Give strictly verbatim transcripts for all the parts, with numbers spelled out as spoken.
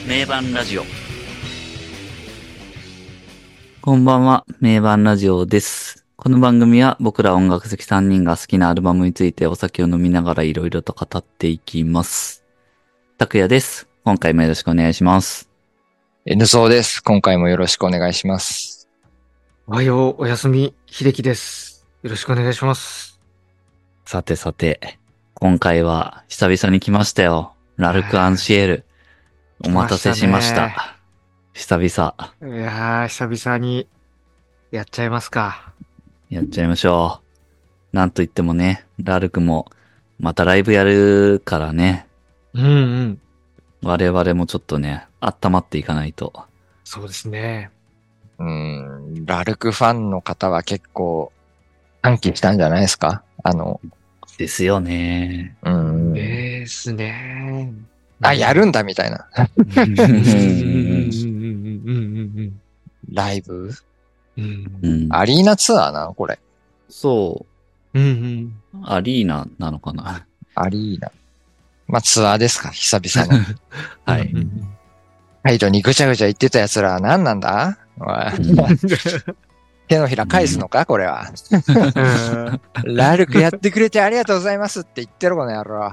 名盤ラジオ。こんばんは、名盤ラジオです。この番組は僕ら音楽好きさんにんが好きなアルバムについてお酒を飲みながらいろいろと語っていきます。拓也です。今回もよろしくお願いします。 N そうです。今回もよろしくお願いします。 おはよう、おやすみ、秀樹です。よろしくお願いします。 さてさて、今回は久々に来ましたよ。ラルク・アンシエル。お待たせしました。久々。 いやー、久々にやっちゃいますか。 やっちゃいましょう。なんといってもね、ラルクもまたライブやるからね。 うんうん。 我々もちょっとね、温まっていかないと。 そうですね。 うーん、ラルクファンの方は結構歓喜したんじゃないですか？あの、 ですよね。 うーん。 ですね。 あ、やるんだみたいな。 うんうんうんうんうんライブうんうん。 うん、 アリーナツアーなのこれ。 そうんうん。 う、アリーナなのかな。 アリーナ。まあ、ツアーですか久々の。 はいうんうんカイトにぐちゃぐちゃ言ってた奴らは何なんだおい手のひら返すのかこれは。 うんラルクやってくれてありがとうございますって言ってるこの野郎。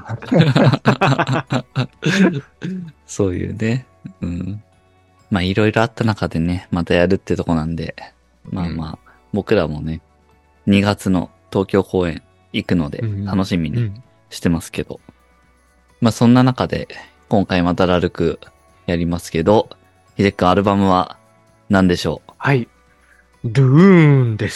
そういうね。うん。まあいろいろあった中でね、またやるってとこなんで、まあまあ、僕らもね、にがつの東京公演行くのでうん楽しみにうんしてますけど。まあそんな中で、今回またラルクやりますけど、秀樹くんアルバムは何でしょう？ はい。ドゥーンです。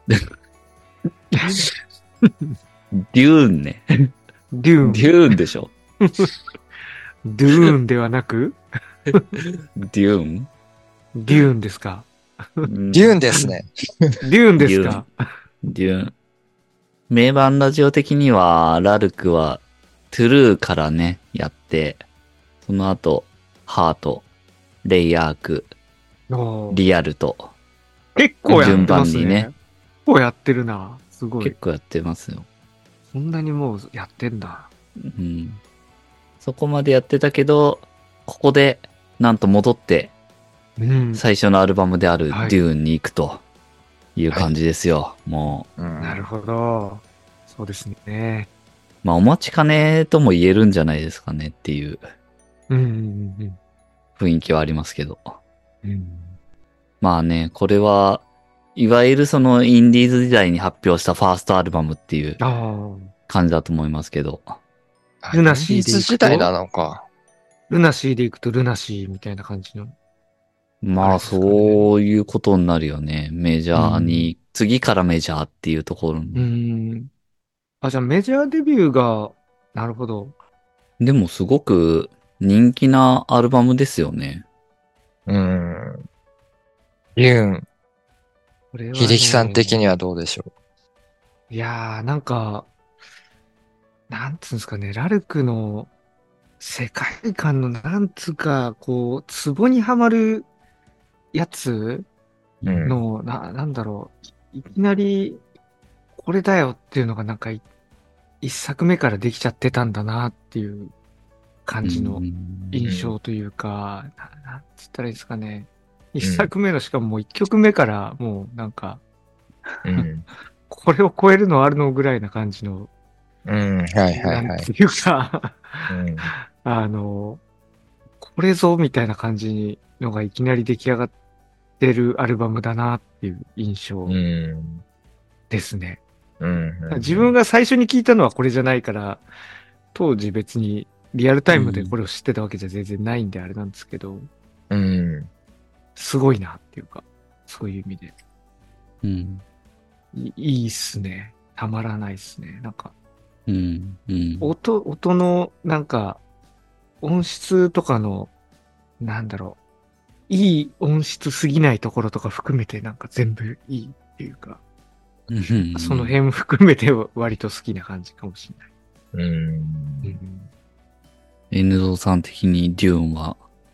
デューンね。 デューン。 デューンでしょ？ ドゥーンではなく、 デューンデューンですか。 デューンですね。 デューンですか。 デューン。名盤ラジオ的には、ラルクは、トゥルーからね、やって、その後、ハート、レイアーク、 おーリアルと、 結構やってますね。 順番にね結構やってるな。すごい結。構やってますよ。 そんなにもうやってんだ。 うん。そこまでやってたけど、ここで、なんと戻って、 うん。 最初のアルバムであるデはいューンに行くという感じですよ。もう、 うんなるほど。そうですね。 まあお待ちかねとも言えるんじゃないですかねっていううんうん雰囲気はありますけど。 うんうん。 まあね、これは、いわゆるそのインディーズ時代に発表したファーストアルバムっていうああ。 感じだと思いますけど。 ルナシーで行くとインディーズ時代なのか。 ルナシーで行くとルナシーみたいな感じの。 まああれですかねそういうことになるよね。メジャーに、 う次からメジャーっていうところうに。 ん。あ、じゃあメジャーデビューが、なるほど。 でもすごく人気なアルバムですよね。 うーん。デューン。 これはね秀樹さん的にはどうでしょいやー、なんか、なんつうんですかね、ラルクの世界観のなんつうか、こう、ツボにはまるやつう。うん。 の、な、なんだろう、いきなり、これだよっていうのがなんかい、一作目からできちゃってたんだなっていう感じのうん印象というか、な、なんつったらいいですかね。一作目のしかももう一曲目からもうなんか、 うん。 これを超えるのあるのぐらいな感じの、 うん。はいはいはい。 なんていうか、 うん。 あの、これぞみたいな感じのがいきなり出来上がってるアルバムだなっていう印象うん。 ですね。 うん。 自分が最初に聞いたのはこれじゃないから、当時別にリアルタイムでこれを知ってたわけじゃ全然ないんであれなんですけど、 うん。 すごいなっていうか、そういう意味で。 うん。 いいいっすね。たまらないっすね。なんか、 うん。うん。 音、音の、なんか、音質とかの、なんだろう、いい音質すぎないところとか含めてなんか全部いいっていうか、 うんその辺も含めて割と好きな感じかもしれない。 うん。 うんエヌゾーさん的にデューンは、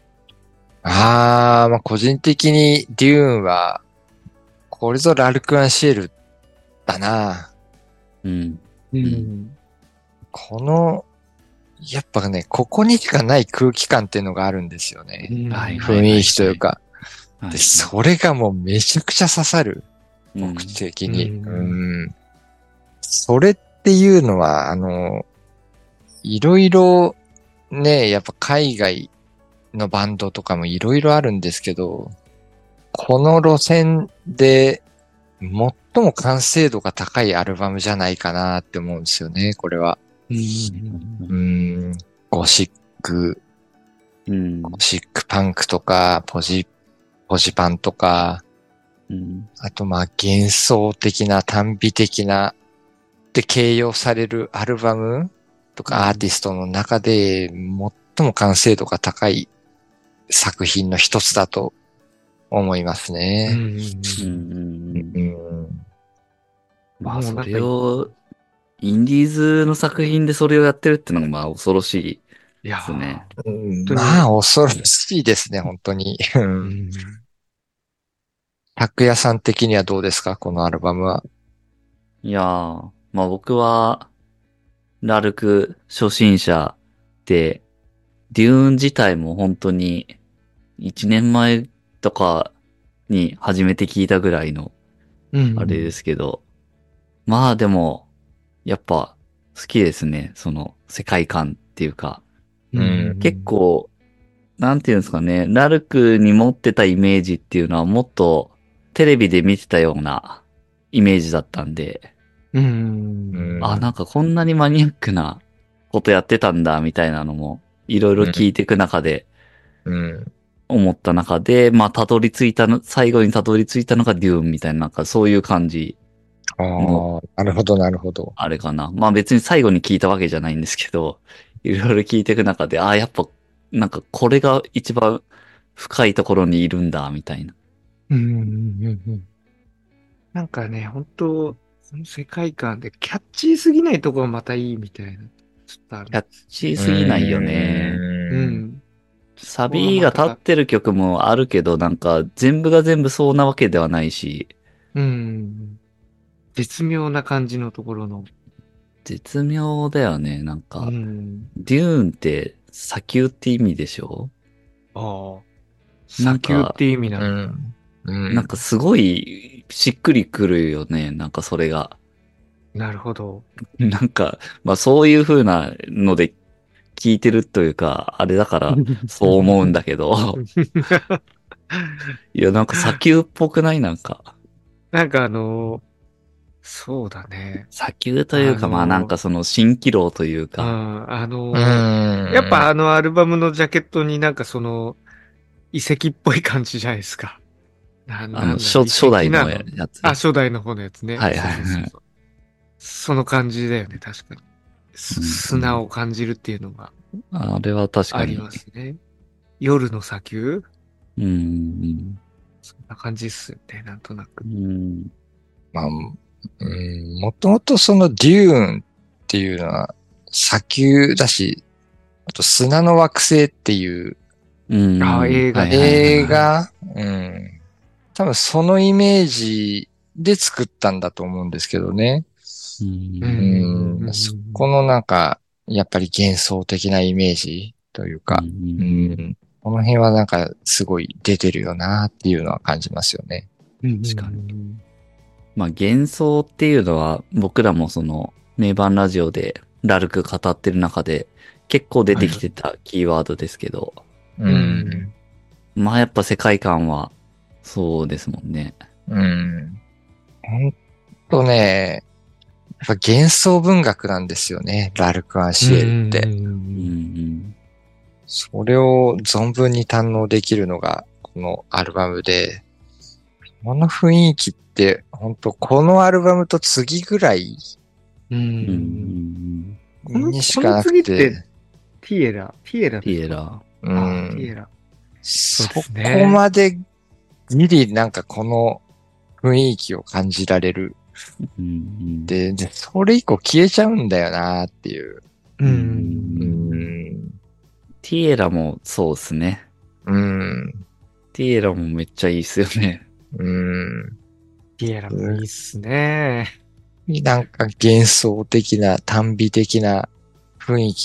ああ、まあ個人的にデューンは、これぞラルクアンシエルだな。 うん。 ううんん。 このやっぱね、ここにしかない空気感っていうのがあるんですよね。 はい雰囲気というか。 はいで、それがもうめちゃくちゃ刺さる。 うん僕的に。 うんうんそれっていうのは、あの、いろいろね、やっぱ海外のバンドとかもいろいろあるんですけど、この路線で最も完成度が高いアルバムじゃないかなって思うんですよね、これは。 うんうーん、ゴシック、 うんゴシックパンクとか、ポジ、ポジパンとか、 うんあとまあ幻想的な、短美的な、で形容されるアルバムとかアーティストの中で最も完成度が高い作品の一つだと思いますうね。 んうんうんうんまあ、そもうなんかれを、インディーズの作品でそれをやってるってのが、まあ、恐ろしいいやですね。 ーうん当にまあ恐ろしいですね、本当に。ううんん拓也さん的にはどうですか、このアルバムは。 いやー、まあ僕は、ラルク初心者で、デューン自体も本当に、いちねんまえとかに初めて聞いたぐらいの、 うんあれですけど、まあでも、やっぱ、好きですね。その、世界観っていうか、 うん結構、なんていうんですかね、ラルクに持ってたイメージっていうのはもっとテレビで見てたようなイメージだったんで、 うんうんあ、なんかこんなにマニアックなことやってたんだみたいなのもいろいろ聞いていく中でうん。 思った中で、まあたどり着いたの、最後にたどり着いたのがデューンみたいな、なんかそういう感じあのあ、なるほど、なるほど。 あれかな。まあ別に最後に聞いたわけじゃないんですけど、いろいろ聞いていく中で、ああ、やっぱ、なんかこれが一番深いところにいるんだ、みたいな。 うんうんうんうんなんかね、本当その世界観でキャッチーすぎないとこがまたいいみたいな。ちょっとあるキャッチーすぎないよね。 ううん。 ん。 サビが立ってる曲もあるけど、なんか全部が全部そうなわけではないし、 うん。絶妙な感じのところの。 絶妙だよね。なんうか、 ん。 デューンって砂丘って意味でしょ？ ああ。 なんか砂丘っていう意味なうの。 ん。うん。 なんかすごいしっくりくるよね。なんかそれが。 なるほど。 なんか、まあそういう風なので聞いてるというか、あれだからそう思うんだけど、いやなんか砂丘っぽくない？なんか。 なんかあのーそうだね。 砂丘というか、 あのーまあなんかその蜃気楼といううか、 ん、あのうーん。 やっぱあのアルバムのジャケットになんかその遺跡っぽい感じじゃないですか。な、 あの、 なんだ初、 遺初代の跡なのやつ。 あ、初代の方のやつね。 はいはいはいそうそうそうそうその感じだよね、確かに。すうん砂を感じるっていうのがあれは確かに。 ありますね。夜の砂丘うんうん。 そんな感じっすよね、なんとなくう。ん。 まあ、うん、もともとそのデューンっていうのは砂丘だし、あと砂の惑星っていううん。 あ映画はいはいはいはい映画、うん。多分そのイメージで作ったんだと思うんですけどね。 う。 うんんうん。そこのなんか、やっぱり幻想的なイメージというか、 ううんん。この辺はなんかすごい出てるよなっていうのは感じますよね。 確かに。まあ幻想っていうのは僕らもその名盤ラジオでラルク語ってる中で結構出てきてたキーワードですけど、 う。 うんまあやっぱ世界観はそうですもんね。 うん。ほんとね、やっぱ幻想文学なんですよね。ラルク・アンシエルって。 うんうんうん。 それを存分に堪能できるのがこのアルバムで、この雰囲気って本当このアルバムと次ぐらいうんうんうんこのにしかなくこの次ってて、 ティエラ、ティエラテですかィエラ。 うあティエん。 ラ。 そそうですねこまでギリなんかこの雰囲気を感じられる。 うんうんで、で、それ以降消えちゃうんだよなっていう。 う。 うんうん。 ティエラもそうですね。 うん。 ティエラもめっちゃいいっすよね。 うん。 ティエラもいいっすね。 なんか幻想的な、短美的な雰囲気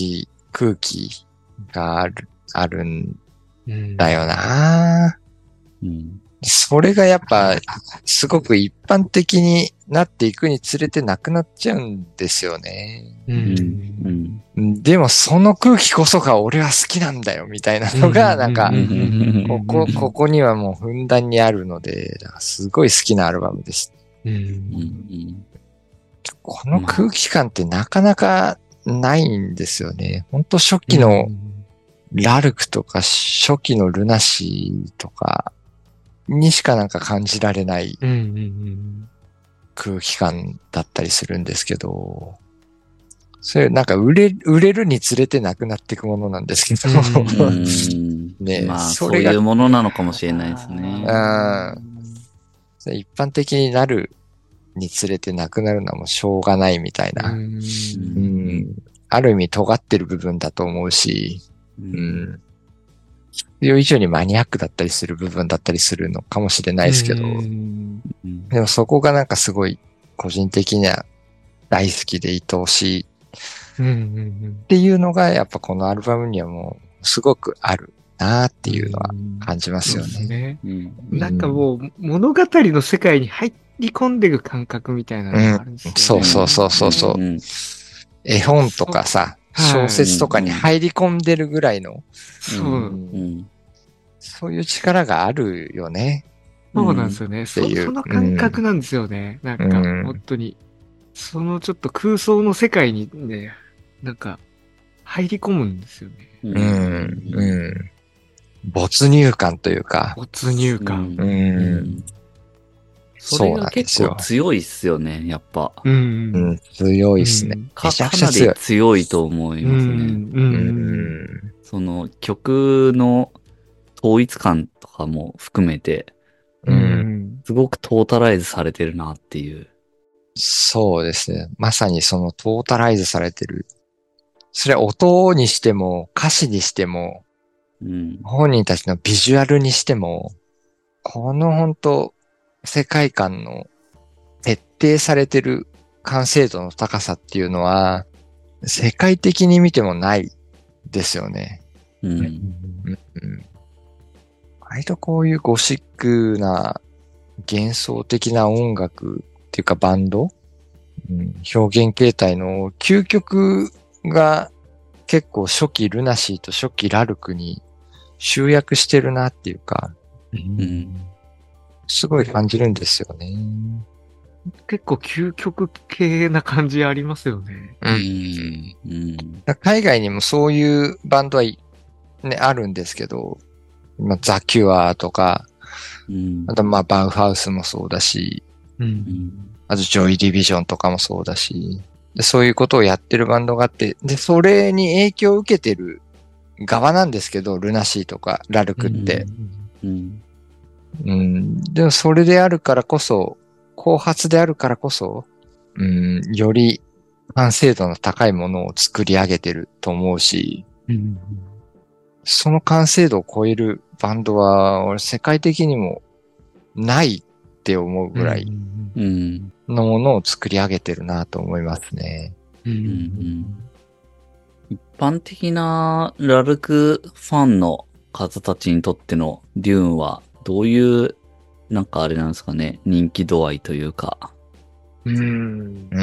空気がある、あるんうんだよな。 うん。 それがやっぱ、すごく一般的になっていくにつれてなくなっちゃうんですよね。 う。 うんん。 うんでもその空気こそが俺は好きなんだよ、みたいなのが、なんかう、んここ、ここにはもうふんだんにあるので、だからすごい好きなアルバムです。 うんうん。 この空気感ってなかなかないんですよね。ほんと初期のラルクとか初期のルナシーとかにしかなんか感じられないうんうん空気感だったりするんですけど、それなんか売れ、売れるにつれてなくなっていくものなんですけど、 ううんん。 ねえまあ、 それがそういうものなのかもしれないですね。 一般的になるにつれてなくなるのはもうしょうがないみたいな、 うんうんある意味尖ってる部分だと思うし、 う。 うんん必要以上にマニアックだったりする部分だったりするのかもしれないですけど、 うんうんでもそこがなんかすごい個人的には大好きで愛おしいうんうんっていうのがやっぱこのアルバムにはもうすごくあるなっていうのは感じますよそうですね。 ね。 うん。 なんかもう物語の世界に入り込んでいく感覚みたいなのがあるんですよね。 そうそうそうそうそう。 ん絵本とかさ、 はい小説とかに入り込んでるぐらいの、 そう、 うん。 そういう力があるよね。 そうなんですよね。そっていうその感覚なんですよね。なんか、 うん本当に。そのちょっと空想の世界にね、なんか、入り込むんですよね。 ううん。うん。没入感というか。 没入感。 う。 うんん。そそうれが結なんですよ構強いっすよね、やっぱ。 うん。 うん。強いっすね。 かめちゃくかなりちゃ強い。 強いと思いますね。 うん。う。 うんん。 その曲の統一感とかも含めて、 ううん。 ん。 すごくトータライズされてるなっていう。 そうですね。まさにそのトータライズされてる。それは音にしても、歌詞にしても、 うん。 本人たちのビジュアルにしても、この本当世界観の徹底されてる完成度の高さっていうのは、世界的に見てもないですよね。 うん。 うん、割とこういうゴシックな幻想的な音楽っていうかバンド、うん、表現形態の究極が結構初期ルナシーと初期ラルクに集約してるなっていうか、 うん。 すごい感じるんですよね。 結構究極系な感じありますよね。 う。 うんん。うん。 海外にもそういうバンドはいね、あるんですけど、まあ、ザ・キュアとか、 うんあとまあバウハウスもそうだし、 う。 うんん。 あとジョイ・ディビジョンとかもそうだし、でそういうことをやってるバンドがあって、で、それに影響を受けてる側なんですけど、ルナシーとかラルクって。 うん。 うん、でもそれであるからこそ、後発であるからこそ、うん、より完成度の高いものを作り上げてると思うし、 うん。 その完成度を超えるバンドは、俺世界的にもないって思うぐらいうん。 のものを作り上げてるなと思いますね。 う。 うんん。一般的なラルクファンの方たちにとってのデューンはどういう、なんかあれなんですかね、人気度合いというか。 うん。 うー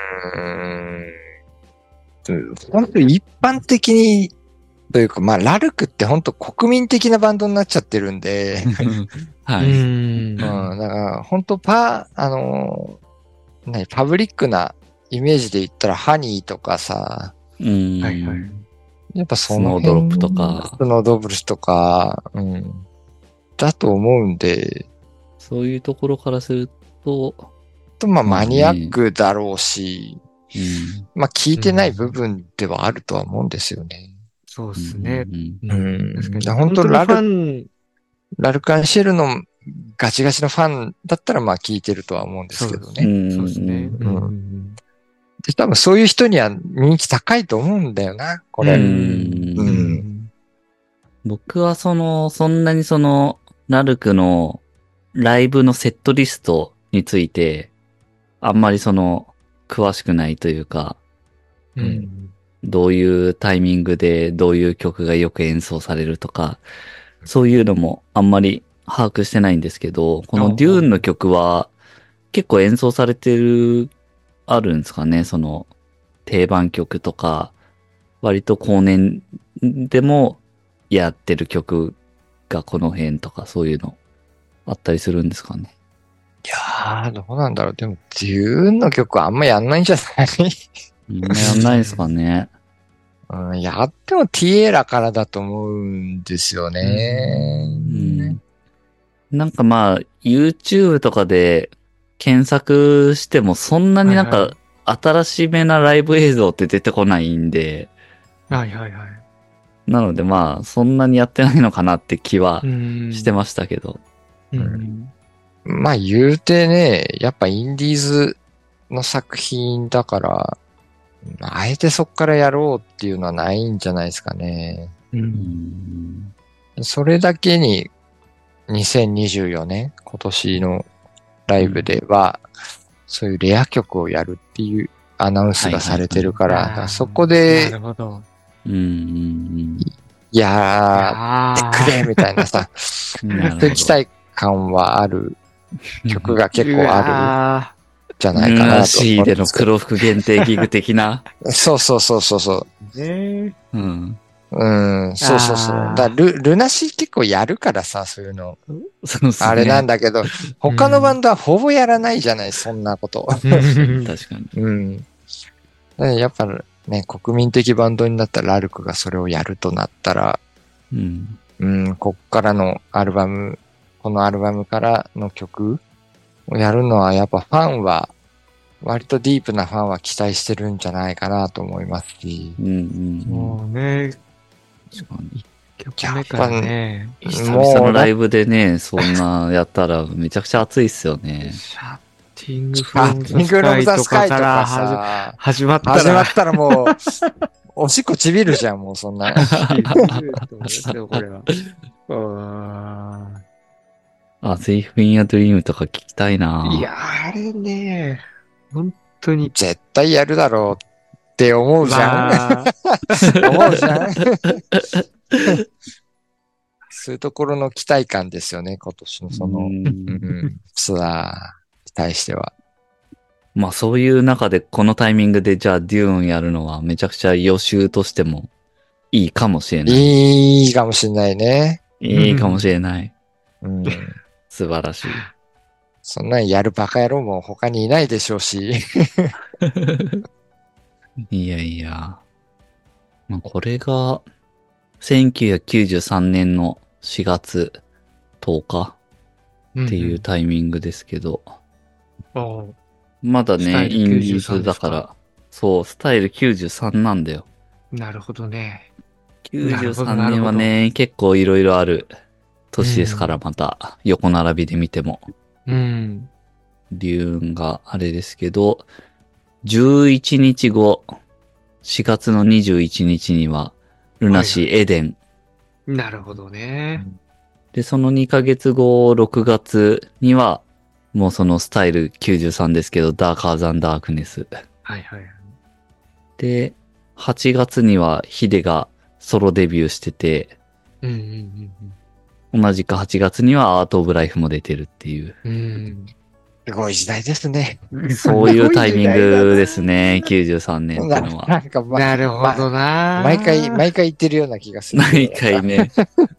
ん。本当に一般的に、というか、まあ、ラルクって本当国民的なバンドになっちゃってるんで、 はうい。 うん、だから本当パ、あの、何、パブリックなイメージで言ったらハニーとかさ、 うん。 はいはい。 やっぱその辺スノードロップとかスノードブルスとか、うん。だと思うんで、 そういうところからすると、 とまあまあねマニアックだろうし、 うん。 まあ聞いてない部分ではあるとは思うんですよね。 そうですね。 うんうん確かに。 だから本当本当のファン、 ラルク・アンシェルのガチガチのファンだったらまあ聞いてるとは思うんですけどうね。 ん。 そうですね。 うんうんで多分そういう人には人気高いと思うんだよな、これ。 ううんうん僕はその、そんなにその、ラルクのライブのセットリストについて、あんまりその、詳しくないというか、 うんどういうタイミングでどういう曲がよく演奏されるとか、そういうのもあんまり把握してないんですけど、このデューンの曲は結構演奏されてる、あるんですかね、その定番曲とか、割と後年でもやってる曲がこの辺とかそういうのあったりするんですかね。 いやー、どうなんだろう。でも、デューンの曲はあんまやんないんじゃないみんなやんないですかね。 うん、やってもティエラからだと思うんですよね。 うん。なんかまあ、YouTube とかで検索してもそんなになんはいか新しめなライブ映像って出てこないんで、 はいはいはい。 なのでまあ、そんなにやってないのかなって気はうんしてましたけど。 うんまあ言うてね、やっぱインディーズの作品だから、あえてそっからやろうっていうのはないんじゃないですかね。 ううんん。 それだけににせんにじゅうよねん、今年のライブでは、そういうレア曲をやるっていうアナウンスがされてるから、だからそこなでる、ほど。 うんうんいやー、ってくれみたいなさ、 うん。なるほどそういう期待感はある曲が結構ああるんじゃないかなと思うんルナシーでのですけど。 黒服限定ギグ的な。 そうそうそうそうそう。 る。ねうん。 うん、そうそうそう。 あーだル、ルナシー結構やるからさ、そういうの。 そうっすね。 あれなんだけど、他のバンドはほぼやらないじゃない、そんなこと。 確かに。 うん。でやっぱね、国民的バンドになったらラルクがそれをやるとなったら、 うん。 うん、こっからのアルバム、このアルバムからの曲をやるのはやっぱファンは、割とディープなファンは期待してるんじゃないかなと思いますし。 うんうんうん。 もうね、 確かに。 曲目からね、 久々のライブでね、そんなやったらめちゃくちゃ熱いっすよね。 シャッティングフあロムピンクロムザザスカイとスカイとかかから始さ、 始まったら、 始まったらもう、おしっこちびるじゃん、もうそんな。 これは。ああ、セーフインヤドリームとか聞きたいな。 ーいや、あれね、本当に。 絶対やるだろうって思うじゃん。 まあ思うじゃん。そういうところの期待感ですよね、今年のその、 うんうんツアーに対しては。 まあそういう中でこのタイミングでじゃあデューンやるのはめちゃくちゃ予習としてもいいかもしれない。 いいかもしんないね。 いいかもしれない。 うん。 素晴らしい。 そんなんやるバカ野郎も他にいないでしょうし。 いやいや。まあ、これがせんきゅうひゃくきゅうじゅうさんねんのしがつとおかっていうタイミングですけど、 うんうんまだね、 スタイルインディーきゅうじゅうさんズだから、そう、スタイルきゅうじゅうさんなんだよ。 なるほどね。 きゅうじゅうさんなるほどねんはね、結構いろいろある年ですから、また横並びで見ても。 うん。 デューンがあれですけど、じゅういちにちご、しがつのにじゅういちにちには、ルナシーエデン。 なるほどね。 で、そのにかげつご、ろくがつには、もうそのスタイルきゅうじゅうさんですけど、ダーカーザンダークネス。 はいはい。 で、はちがつにはヒデがソロデビューしてて、 うんうん同じくはちがつにはアートオブライフも出てるっていう、 うんうん。 すごい時代ですね。 うん。 そういうタイミングですね、きゅうじゅうさんねんってのは。 なんか、ま、 なるほどな。 毎回、毎回言ってるような気がする。 毎回ね。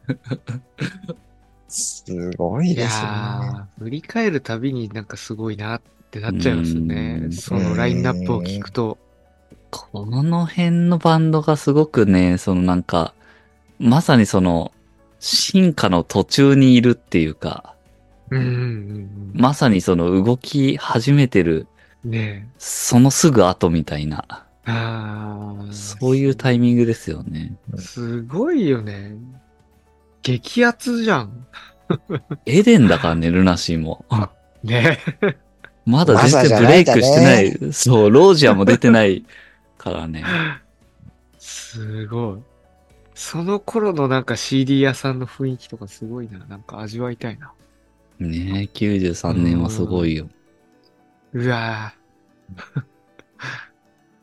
すごいいですね。 やー、振り返るたびになんかすごいなってなっちゃいますようね。 んそのラインナップを聞くと。 この辺のバンドがすごくね、そのなんか、まさにその、進化の途中にいるっていうか、 うんうんまさにその動き始めてる、 うん。ねそのすぐ後みたいな、 え。あーそういうタイミングですよね。 すごいよね。激アツじゃん。 エデンだからね、ルナシーも。 ねまだ全然ブレイクしてない。そう、ロージアも出てないからね。 すごい。その頃のなんか シーディー 屋さんの雰囲気とかすごいな。なんか味わいたいな。 ねえ、きゅうじゅうさんねんはすごいよ。 うわ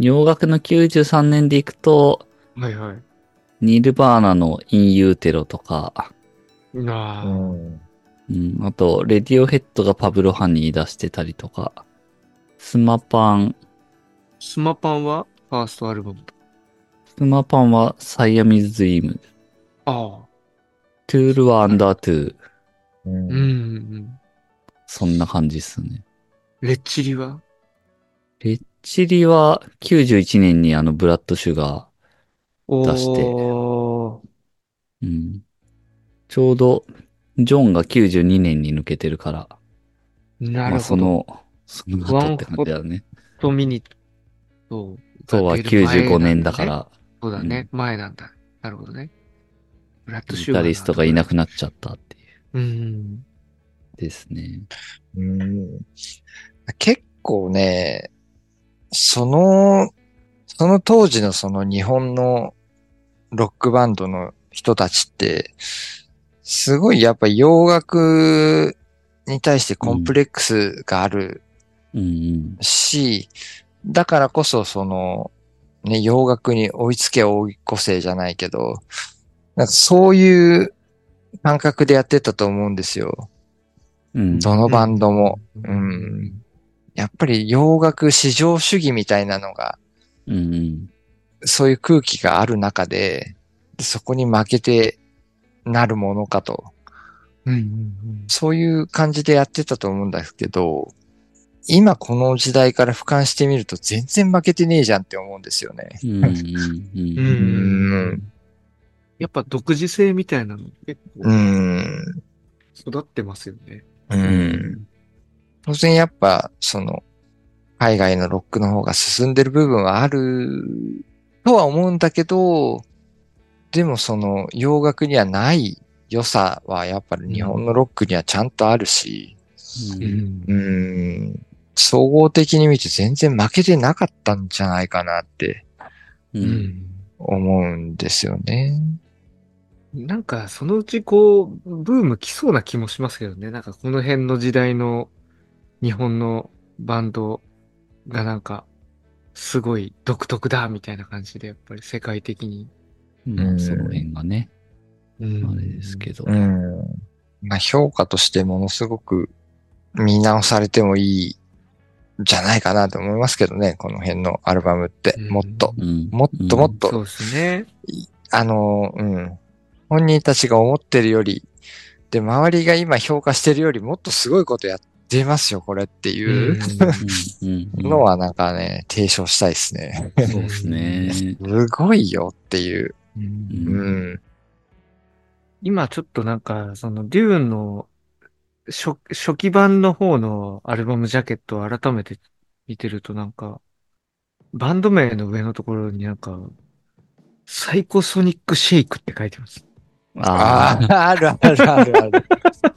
洋楽のきゅうじゅうさんねんでいくと、 はいはい。 ニルバーナのインユーテロとか、 なあ、 うん。 うん、あと、レディオヘッドがパブロハニー出してたりとか、スマパン、 スマパンはファーストアルバムと。 スマパンはサイアミズドリーム、 ああ。 トゥールはアンダートゥー、 うんうん、うん。 そんな感じっすね。 レッチリはレッチリはきゅうじゅういちねんにあのブラッドシュガ出しておー。 ー、うん、ちょうどジョンがきゅうじゅうにねんに抜けてるから、まあなるほど。 その、その後って感じだね。 とミニットそうはが出るきゅうじゅうごねん前なんだね。 だから、 そうだね。前なんだ。なるほどね。ブラッドシギタリストュガーの後がいなくなっちゃったっていううん。 ですね。 うん。結構ね、その、その当時のその日本のロックバンドの人たちって、すごいやっぱ洋楽に対してコンプレックスがあるうんうん。 し、だからこそその、ね、洋楽に追いつけ追い越せじゃないけど、なんかそういう感覚でやってたと思うんですよ。 うん。 どのバンドも。 ううんん。やっぱり洋楽至上主義みたいなのが、 うんうん。 そういう空気がある中で、そこに負けてなるものかと。 うんうんそういう感じでやってたと思うんだけど、今この時代から俯瞰してみると全然負けてねえじゃんって思うんですよね。 うんうんうん。 うん。うんやっぱ独自性みたいなの結う構ん。 育ってますよね。 う。 うんん。 当然やっぱ、その、海外のロックの方が進んでる部分はあるとは思うんだけど、でもその洋楽にはない良さはやっぱり日本のロックにはちゃんとあるし、 うんんう。ん、総合的に見て全然負けてなかったんじゃないかなってう。 うんん。 思うんですよね。 なんか、そのうちこう、ブーム来そうな気もしますけどね。なんか、この辺の時代の日本のバンドがなんか、すごい独特だ、みたいな感じで、やっぱり世界的に。 まあ、その辺がね、 うんあれですけど。 うん。まあ評価としてものすごく見直されてもいいんじゃないかなと思いますけどね、この辺のアルバムって。 うんもっと、 うん。 もっともっと、 そうですね。 あの、うん。本人たちが思ってるより、で、周りが今評価してるよりもっとすごいことやってますよ、これっていううん。うん。うん。 のはなんかね、提唱したいですね。 そうですね。 すごいよっていう。 うんうんうん。 今ちょっとなんか、その、デューンの初、初期版の方のアルバムジャケットを改めて見てるとなんか、バンド名の上のところになんか、サイコソニックシェイクって書いてます。 ああ、 ああ、あるあるあるある。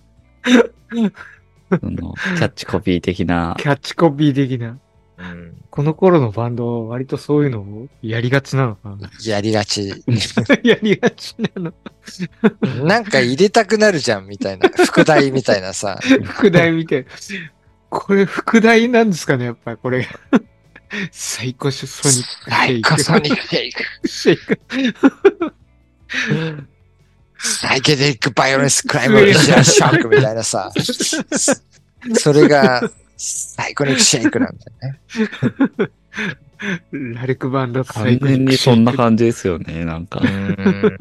その、キャッチコピー的な。 キャッチコピー的な。 うん、 この頃のバンド、割とそういうのをやりがちなのかな。 やりがち。 やりがちなの。 なんか入れたくなるじゃん、みたいな。副題みたいなさ。 副題見て。これ副題なんですかね、やっぱりこれ。サイコソニックシサイェイク。 コソニックシェイク。 シェイク。 サイケデリックバイオレンスクライムビジュアルショックみたいなさ。それがサイコニックシェイクなんだよね。 ラルクバンドサ完イコニッ全にクシェイク。 そんな感じですよね、なんか。 うん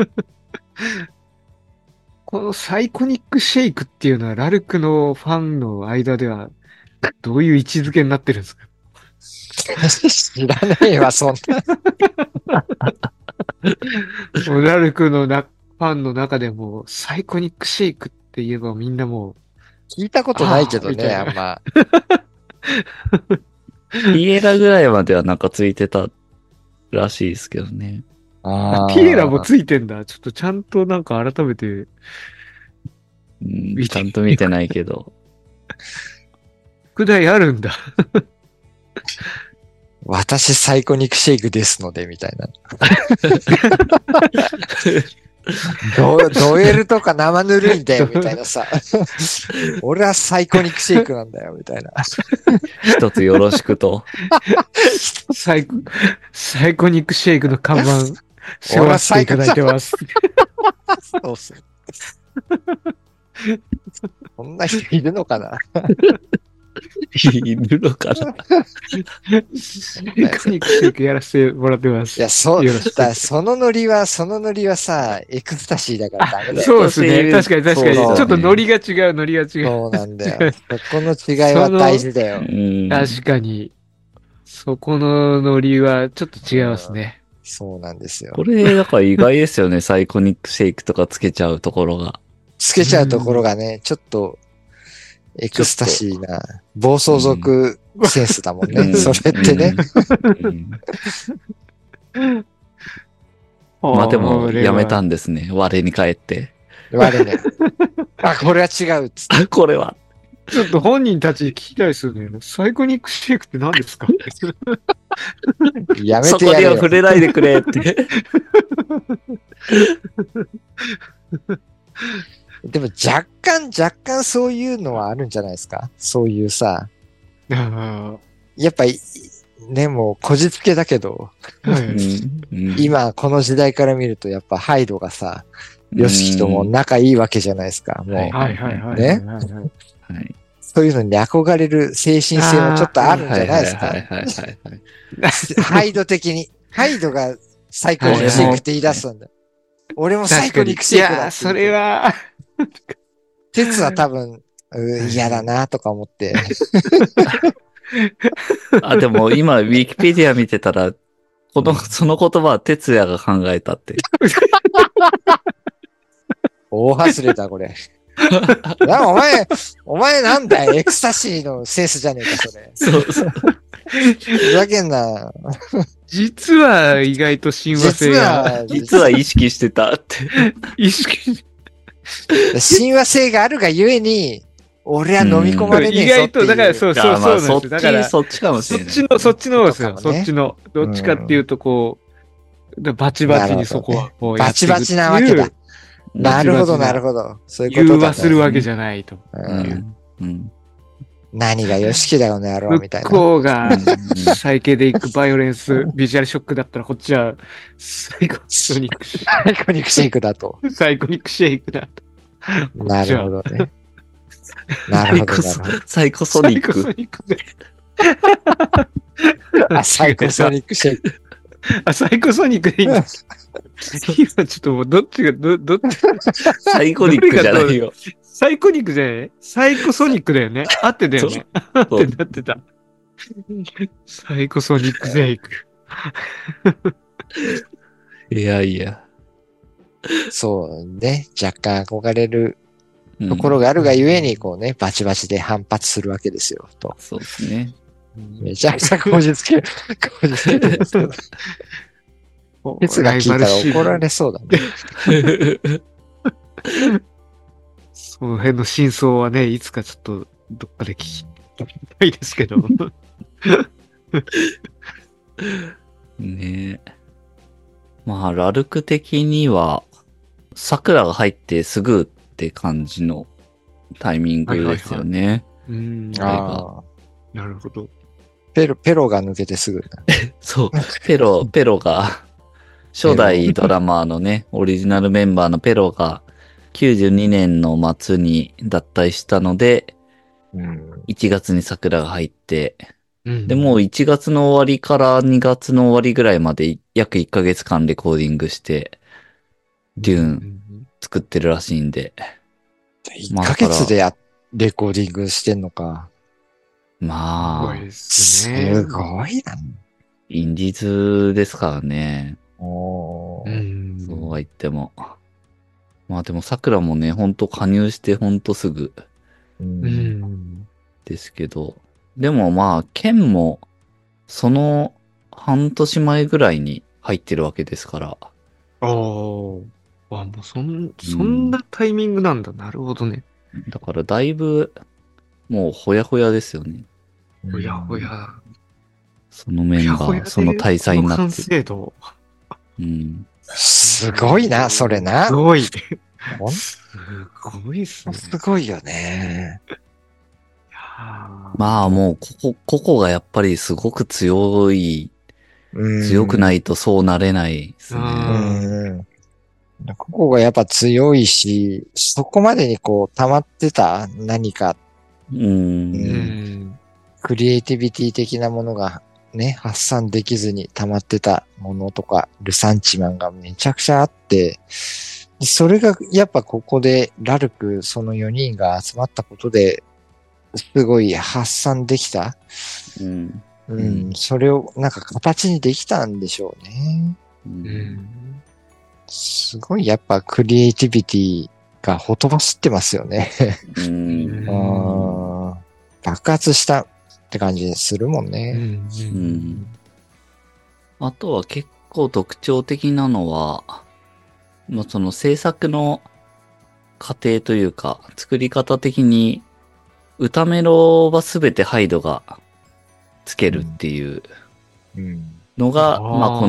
このサイコニックシェイクっていうのはラルクのファンの間ではどういう位置づけになってるんですか？ 知らねえわ、そんな。 もうラルクのなファンの中でもサイコニックシェイクって言えばみんなも聞いたことないけどね、 あーみたいなあんま。 ピエラぐらいまではなんかついてたらしいですけどね。 う、 あーピエラもついてんだ。ちょっとちゃんとなんか改めて、 うん、ちゃんと見てないけど。 副題あるんだ。 私サイコニックシェイクですので、みたいな。 ドドエルとか生ぬるいんだよ、みたいなさ。俺はサイコニックシェイクなんだよ、みたいな。 一つよろしくと。 サイコ、サイコニックシェイクの看板、背負わせていただいてます。 そうそう。こんな人いるのかないるのかな。 サイコニックシェイクやらせてもらってます。 いや、そう、 よろしくだそのノリは、そのノリはさ、エクスタシーだからダメだよ。 そうですね。確かに確かに。ちそうだねょっとノリが違う、ノリが違う。 そうなんだよ。そこの違いは大事だよ。 うん。 確かに。そこのノリはちょっと違いますね。 そうなんですよこ。れ、だから意外ですよね。サイコニックシェイクとかつけちゃうところが。 つけちゃうところがね、ちょっと、エクスタシーな、暴走族センスだもんね。 うんそれってね。 うんうんまあでも、やめたんですね。我に返って。 我ね。あ、これは違うっつって。 あ、これは。 ちょっと本人たちに聞きたいですよね。サイコニックシェイクって何ですかやめそこにはてやれよ。 触れないでくれって。 でも若干、若干そういうのはあるんじゃないですか。そういうさ、 あやっぱり、ね、もうこじつけだけど、 ーはうんいうん今この時代から見るとやっぱハイドがさ、ヨシキとも仲いいわけじゃないですか。もう、 はいはいはいはい。 ねはいはい。 そういうのに憧れる精神性もちょっとあるんじゃないですか。 はいはいはいはいはい。 ハイド的に。ハイドがサイコニックシェイクって言い出すんだ。俺もサイコニックシェイクだって言う。 いや、それは、 鉄は多分、うー嫌だなとか思って。 あ、でも今、ウィキペディア見てたら、この、その言葉は哲也が考えたって。 大外れだ、これ。なお前、お前なんだよ、エクスタシーのセンスじゃねえか、それ。 そうそう。 ふざけんな。 実は意外と親和実性がは、 実は意識してたって。 意識、 親和性があるがゆえに、俺は飲み込まれねえ意ぞっていう。 外と、だからそうそうあまそうなんですよ。 あそっだからち、、そっちかもしれない。 そっちの、そっちの方ですよ。 そうかもねそっちの。どっちかっていうと、こう、でバチバチにそこはこうやバっていくっていうチバチなわけだ。なるほど、 バチバチななるほど。そういうこと融だ、 和するわけじゃないと。 う。 うんん。うん。 何がよしきだよね、やろう、みたい向な。 こうがうんサイケデイックバイオレンス、ビジュアルショックだったら、こっちはサイコニックシサイコニックシェイクだと。 ェイク、サイコニックシェイクだと。 なるほどね。なるほど、なるほど。 サイコソニッサイコソク。 ニックで。 あ、サイコソニックシェイク。 あ、サイコソニックでいいんです。今ちょっともうどっちが、ど、どっち、 サイコニックじゃないよ。 サイコニックじゃないサイコソニックだよね。合ってたよね。合ってた、合ってた。サイコソニックシェイク。 いやいや。 そうね。若干憧れるうんところがあるがゆえに、こうね、バチバチで反発するわけですよ、と。 そうですね。 めちゃくちゃこじつけ、こじつけてますけど。鉄が聞いたら怒られそうだね。 その辺の真相はね、いつかちょっとどっかで聞きたいですけど。 ねえ。まあ、ラルク的には、桜が入ってすぐって感じのタイミングですよね。 うん。 ああ。 なるほど。 ペロ、ペロが抜けてすぐだ。 そう。ペロ、ペロが、初代ドラマーのね、オリジナルメンバーのペロが、きゅうじゅうにねんの末に脱退したので、 うん。 いちがつに桜が入って、 うんで、もういちがつの終わりからにがつの終わりぐらいまで約いっかげつかんレコーディングして、デューン作ってるらしいんで。 いっかげつでや、レコーディングしてんのか。 まあ、 すごいですね。 すごいな。 インディーズですからね。 おーうん。 そうは言っても。まあでも桜もね、ほんと加入してほんとすぐう。 うんん。 ですけど。でもまあ、ケンも、その半年前ぐらいに入ってるわけですから。 ああ。あ、もうそん、そんなタイミングなんだ。なるほどね。 だからだいぶ、もうほやほやですよね。 ほやほや。 そのメンバー、その大祭になこの完ってる。 成度。 うん。 すごいな、それな。 すごい。 ほんすごいっすね。 すごいよね。 まあもう、ここ、個々がやっぱりすごく強い、 うん、 強くないとそうなれないですね。 うん。ここがやっぱ強いし、そこまでにこう溜まってた何か、 うん。 ううんん。 クリエイティビティ的なものがね、発散できずに溜まってたものとか、ルサンチマンがめちゃくちゃあって、それがやっぱここでラルクそのよにんが集まったことで、すごい発散できた。 うん。 うん、 うんそれをなんか形にできたんでしょうね。 う。 うんん。 すごいやっぱクリエイティビティがほとばしってますよね。 うん。 あー爆発したって感じするもんうね。 ん。 うんあとは結構特徴的なのは、まあ、その制作の過程というか、作り方的に、歌メロはすべてハイドがつけるっていううん。 のが、まあこ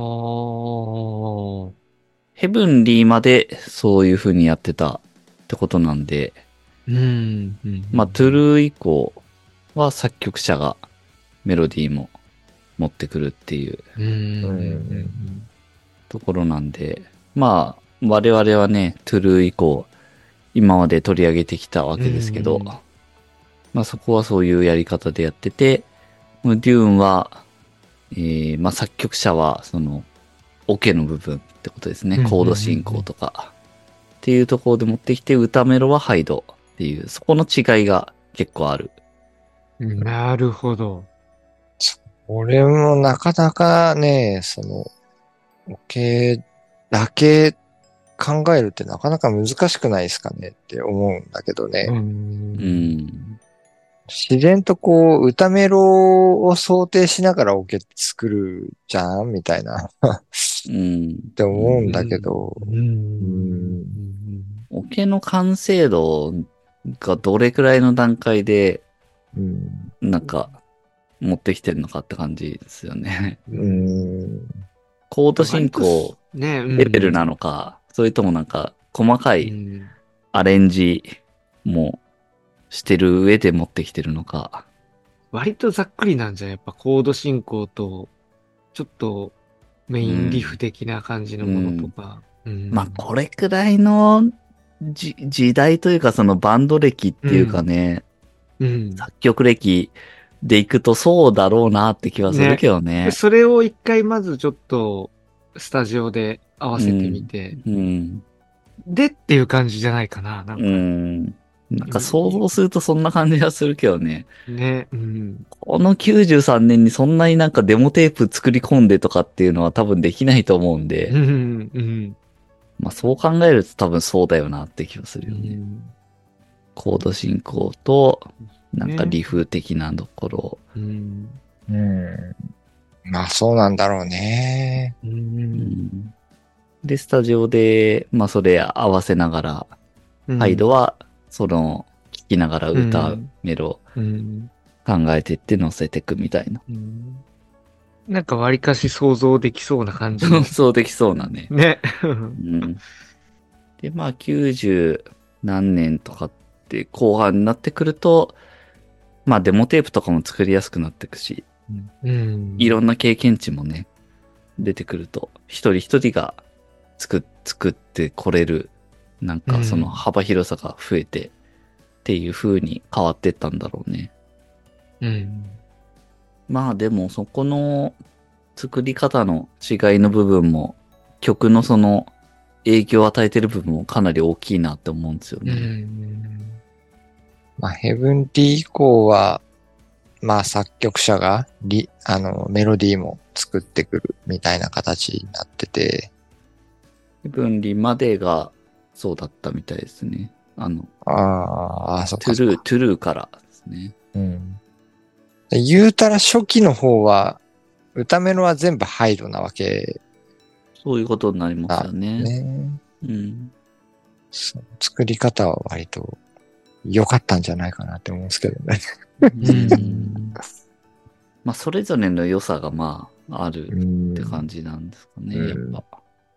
のヘブンリーまでそういう風にやってたってことなんで、 の、うん。 まあトゥルー以降は作曲者がメロディーも持ってくるっていううん。うん。 ところなんで、まあ我々はね、トゥルー以降今まで取り上げてきたわけですけど、 うんまあそこはそういうやり方でやってて、デューンは、えー、まあ作曲者はそのオケの部分ってことですね。 うんコード進行とか。っていうところで持ってきて、歌メロはハイドっていう、そこの違いが結構ある。 なるほど。 俺もなかなかね、その、オケだけ考えるってなかなか難しくないですかねって思うんだけどね。 う。 うんん。 自然とこう、歌メロを想定しながらオケ作るじゃんみたいなうん。 って思うんだけど、 うん。 うんオケの完成度がどれくらいの段階で、 うんなんか、持ってきてるのかって感じですよね。 うんコード進行ね、 レベルなのか、それともなんか、細かいうんアレンジもしてる上で持ってきてるのか。 割とざっくりなんじゃん。やっぱコード進行と、ちょっとメインリフ的な感じのものとか。うんまあ、これくらいのじ時代というか、そのバンド歴っていうかね、 うん。 作曲歴でいくとそうだろうなって気はするけどね。 それを一回まずちょっとスタジオで合わせてみて、 うん。 でっていう感じじゃないかな。なんか、 うん。なんか想像するとそんな感じはするけどね。 ね。うん。 このきゅうじゅうさんねんにそんなになんかデモテープ作り込んでとかっていうのは多分できないと思うんで、 うん。うん。 まあそう考えると多分そうだよなって気がするよね。 うん。 コード進行と、なんかリフ的なところ。 うん。 うんまあそうなんだろうね。 う。 うんんで、スタジオで、まあそれ合わせながら、ハイドはその聴きながら歌うメロうん。 考えてって乗せていくみたいな。 うん。なんか割かし想像できそうな感じ。 そうできそうなね。 ね。 うん。で、まあきゅうじゅう何年とかって後半になってくると、まあデモテープとかも作りやすくなっていくし、 うん。 いろんな経験値もね、出てくると、一人一人が作作ってこれる、なんかその幅広さが増えて、っていう風に変わってったんだろうね。 うん。 まあでもそこの作り方の違いの部分も、曲のその影響を与えてる部分もかなり大きいなって思うんですようね。 ん。 まあヘブンティ以降は、まあ作曲者がリ、あの、メロディーも作ってくるみたいな形になってて、 分離までがそうだったみたいですね。あの、 ああ、ああ、そっかそっか。 トゥルー、トゥルーからですね。 うん。で言うたら初期の方は、歌メロは全部ハイドなわけそういうことになりますだよね。 ね。 うん。 そう作り方は割と良かったんじゃないかなって思うんですけどね。 うんまあ、それぞれの良さがまあ、あるうんって感じなんですかね、 うんやっぱ。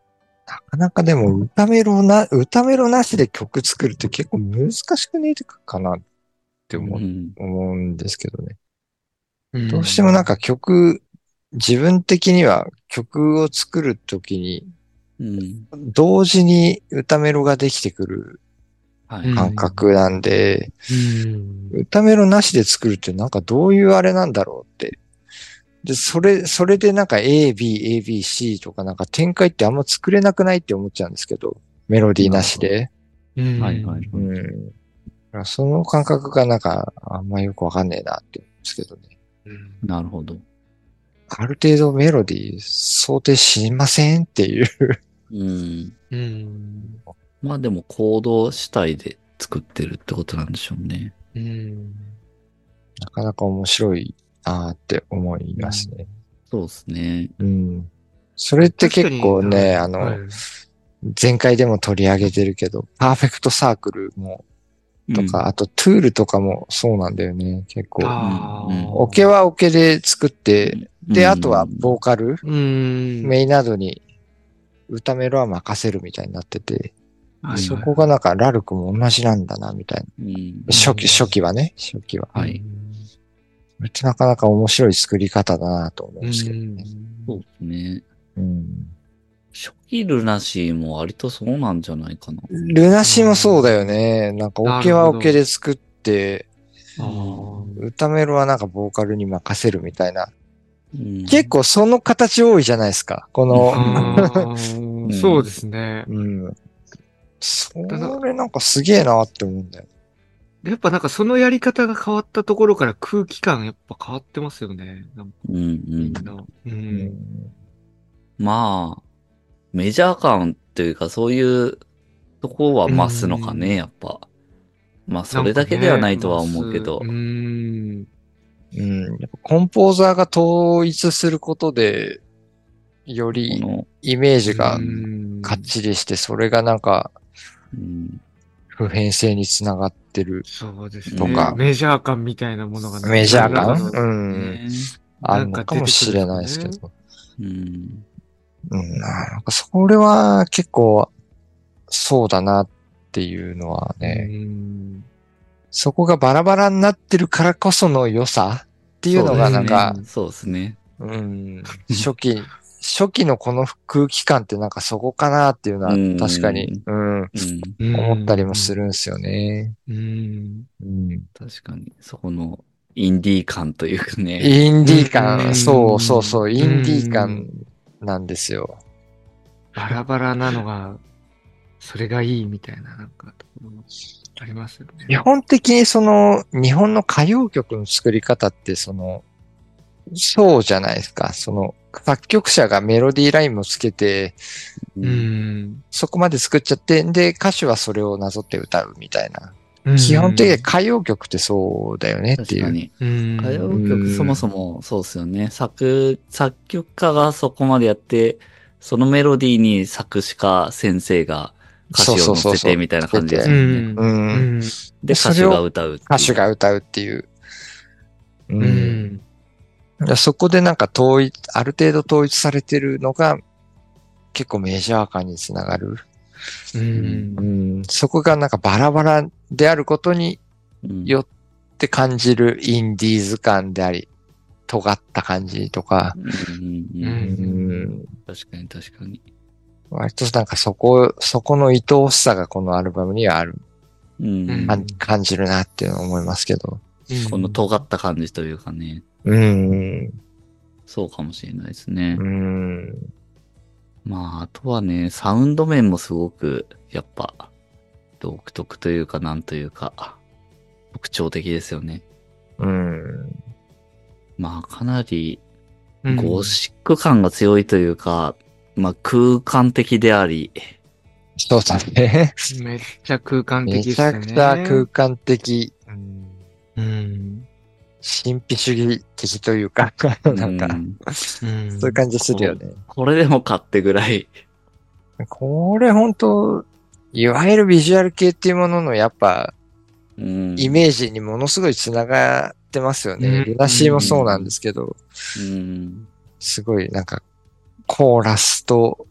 なかなかでも歌メロな、歌メロなしで曲作るって結構難しくねえかなって思う、 うん思うんですけどね。 うんどうしてもなんか曲、自分的には曲を作るときに、 うん。 同時に歌メロができてくるはい。 うん感覚なんで、 うん。 歌メロなしで作るってなんかどういうあれなんだろうって。で、それ、それでなんか A、B、A、B、C とかなんか展開ってあんま作れなくないって思っちゃうんですけど、メロディーなしで。 うんはいはいはい。 うん。だからその感覚がなんかあんまよくわかんねえなって思うんですけどね。 うんなるほど。 ある程度メロディー想定しませんっていう。 うん。 うん。 まあでもコード主体で作ってるってことなんでしょうね。 うん。 なかなか面白いなって思いますね。 そうですね。 うん。それって結構ね、あの、 はい前回でも取り上げてるけど、パーフェクトサークルも、とか、あとトゥールとかもそうなんだよね、結構。 ああ。 オケはオケで作って、で、あとはボーカル、 うん。 メインなどに歌メロは任せるみたいになってて、 はいそこがなんかラルクも同じなんだな、みたいうん。 な。初期、初期はね、初期は。 はい。 それってなかなか面白い作り方だなと思うんですけどね。 そうですね。 うん。 初期ルナシーも割とそうなんじゃないかな。 ルナシーもそうだよね。なんかオケはオケで作って、 あー歌メロはなんかボーカルに任せるみたいな。 うん結構その形多いじゃないですか。この、 あーそうですね。 うん。それなんかすげえなって思うんだよ。 やっぱなんかそのやり方が変わったところから空気感やっぱ変わってますよね。なんかうんうんみんな。う。 うんん。 まあ、メジャー感というかそういうとこは増すのかね、 うんやっぱ。まあ、それだけではないとは思うけど。 なんかねうん。 うん。やっぱコンポーザーが統一することで、よこりの、 イメージがうんかっちりして、それがなんかうん、 普遍性につながってる。 そうですねとか。 メジャー感みたいなものがねメジャー感なんかうん。 ねあるのかもしれないですけなんかど。 うん。 うん。なんかそれは結構そうだなっていうのはね、 うんそこがバラバラになってるからこその良さっていうのがなんか、 そうですね。 うん、初期、初期のこの空気感ってなんかそこかなっていうのはうん確かに、うん、 うん。 思ったりもするんですよね。 うん。 うん、 確かに。そこのインディー感というかね。 インディーう感、 んそうそうそう、インディーう感んなんですよ。 バラバラなのが、それがいいみたいな、なんか、ところもありますよね。 基本的にその日本の歌謡曲の作り方ってその、そうじゃないですか。その作曲者がメロディーラインもつけて、 う。ん。 そこまで作っちゃって、で、歌手はそれをなぞって歌うみたいな。 うん基本的に歌謡曲ってそうだよねっていう。 確かに。 うん。 歌謡曲そもそもそうですよね。作、作曲家がそこまでやって、そのメロディーに作詞家先生が歌詞をそうそうそうそう乗せてみたいな感じですうよね。 ん。 うんうん。 で、歌手が歌うっていう。 歌手が歌うっていう。う。 うんん。 だからそこでなんか統一、ある程度統一されてるのが結構メジャー感につながる。 うんう。ん。そこがなんかバラバラであることにうんよって感じるインディーズ感であり、尖った感じとか。 うんうんううんうん。 確かに確かに。 割となんかそこ、そこの愛おしさがこのアルバムにはある、 うんうん感感じるなっていうのを思いますけど。 この尖った感じというかね。 うん。 そうかもしれないですねう。ん。 まあ、あとはね、サウンド面もすごく、やっぱ、独特というか、なんというか、特徴的ですよね。 うん。 まあ、かなり、 うんゴシック感が強いというか、まあ、空間的であり、 そうだね。 めっちゃ空間め的ですね。 ちゃくちゃ空間的。うんうん。 神秘主義的というか、なんか、 うんうん。 そういう感じするよね。 これでもかってぐらい、 これ本当いわゆるビジュアル系っていうもののやっぱ、 うん、 イメージにものすごい繋がってますよね。 うんルナシーもそうなんですけど、 うん、 すごいなんか、コーラスと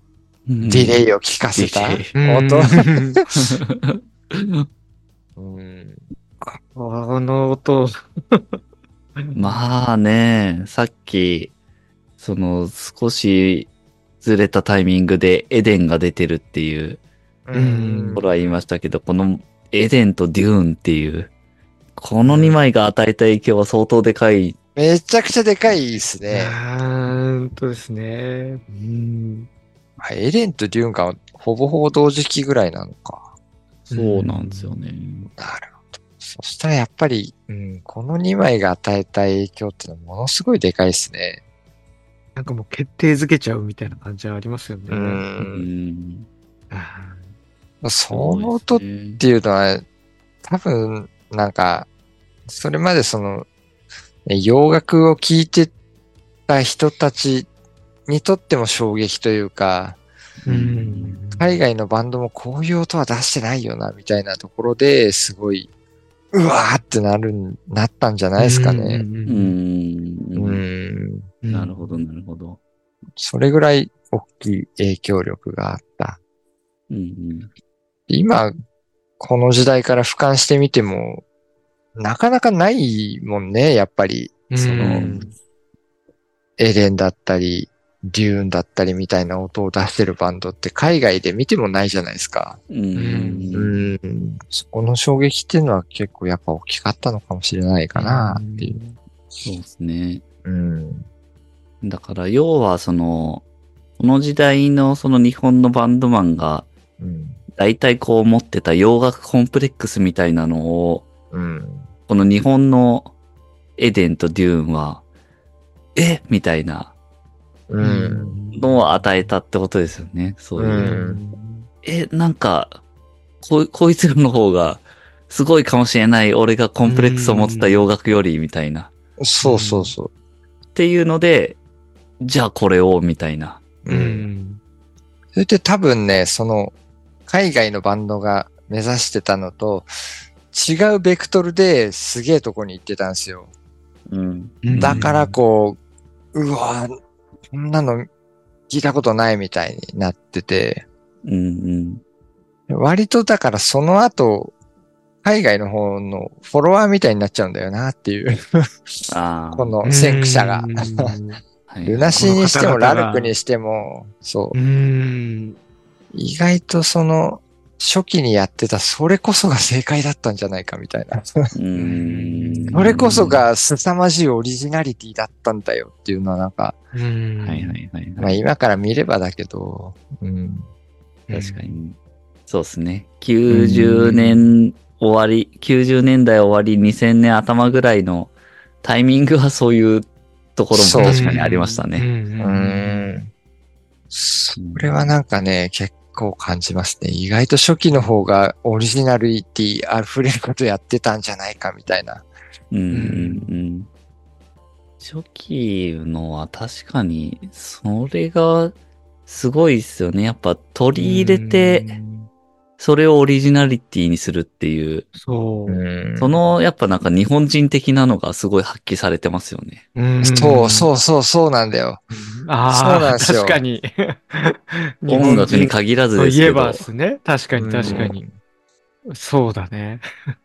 デディレイを聞かせたディ音。 うんうん。 この音。 まあね、さっき、その少しずれたタイミングでエデンが出てるっていううんところは言いましたけど、このエデンとデューンっていう、このにまいが与えた影響は相当でかい。 めちゃくちゃでかいですね。 なんとですね。うん。 あエレンとデューンがほぼほぼ同時期ぐらいなのか。 そうなんですよね。 なるほど。そしたらやっぱり、うん、このにまいが与えた影響ってのはものすごいでかいですね。 なんかもう決定づけちゃうみたいな感じはありますよね。 う。 うんん。 あその音っそうですねていうのは、多分、なんか、それまでその、ね洋楽を聴いてた人たちにとっても衝撃というか、 ーうん。 海外のバンドもこういう音は出してないよな、みたいなところですごい、うわーってなるん、なったんじゃないですかね。 ううんん。 うん。 なるほど、なるほど。 それぐらい大きい影響力があった。 うん今、この時代から俯瞰してみても、なかなかないもんね、やっぱり。 うん。 そのうんエレンだったり、デューンだったりみたいな音を出してるバンドって海外で見てもないじゃないですか。 うん。うん。 うん。そこの衝撃っていうのは結構やっぱ大きかったのかもしれないかなっていう。 そうですね。 うん。 だから、要はその、この時代のその日本のバンドマンが、 うん。 大体こう持ってた洋楽コンプレックスみたいなのを、 うん。 この日本のエデンとデューンは、えみたいなうん。 のを与えたってことですよね。そういう。 うんえ、なんか、こ、こいつらの方が、すごいかもしれない。俺がコンプレックスを持ってた洋楽より、みたいな。 そうそうそっていうので、じゃあこれを、みたいな。 う。 ううん。 ん。 それで多分ね、その、海外のバンドが目指してたのと、違うベクトルですげえとこに行ってたんですよ。 うん。 うんだからこう、うわこんなの聞いたことないみたいになってて、 うんうん。 割とだからその後、海外の方のフォロワーみたいになっちゃうんだよなっていう、 ああ。 この先駆者が。 はいルナシーにしてもこの方々がラルクにしても、そうう。ん。 意外とその、初期にやってたそれこそが正解だったんじゃないかみたいな。 うん。 それこそが凄まじいオリジナリティだったんだよっていうのはなんか、 うん。 はいはいはいまはい。 あ今から見ればだけど、うん。 確かに。そうですね。きゅうじゅうねん終わり、きゅうじゅうねんだい終わり、にせんねん頭ぐらいのタイミングはそういうところも確かにありましたね。 うん。 ううんん。それはなんかね、結構感じますね。意外と初期の方がオリジナリティ溢れることやってたんじゃないかみたいな。 うんうんうん。初期のは確かに、それがすごいですよね。やっぱ取り入れて、それをオリジナリティにするっていう、 そう。 うんそのやっぱなんか日本人的なのがすごい発揮されてますよね。 うんそうそうそうそうなんだよ。 あそうなんあ、 ですよ確かに。 音楽に限らずですけど。 といえばですね。確かに確かに。そうだね。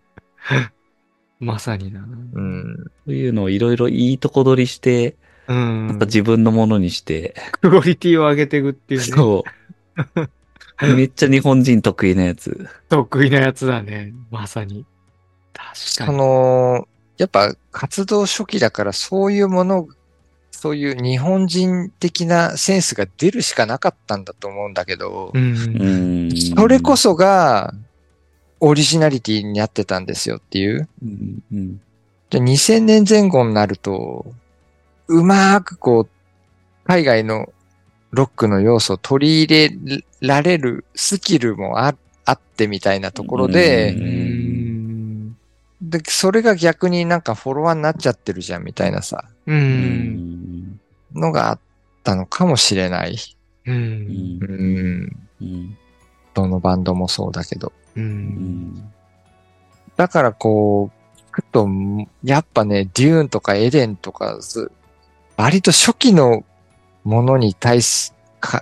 まさにな。 うん。 そういうのをいろいろいいとこ取りして、 うん。 なんか自分のものにして、 クオリティを上げていくっていうね。 そう。めっちゃ日本人得意なやつ。 得意なやつだね。まさに。確かそに。 の、やっぱ活動初期だからそういうもの、そういう日本人的なセンスが出るしかなかったんだと思うんだけど、 う。 うんん。 それこそがオリジナリティになってたんですよっていう。 うん、うん。 じゃあにせんねんぜん後になると、うまーくこう、海外のロックの要素を取り入れられるスキルもああってみたいなところで、 ううん。 で、それが逆になんかフォロワーになっちゃってるじゃんみたいなさ、 う。 うんん。 のがあったのかもしれない。 う。 うんうんん。 うん。 どのバンドもそうだけど。 う。 うんん。 だからこう、聞くと、やっぱね、デューンとかエデンとか、す割と初期のものに対す、か、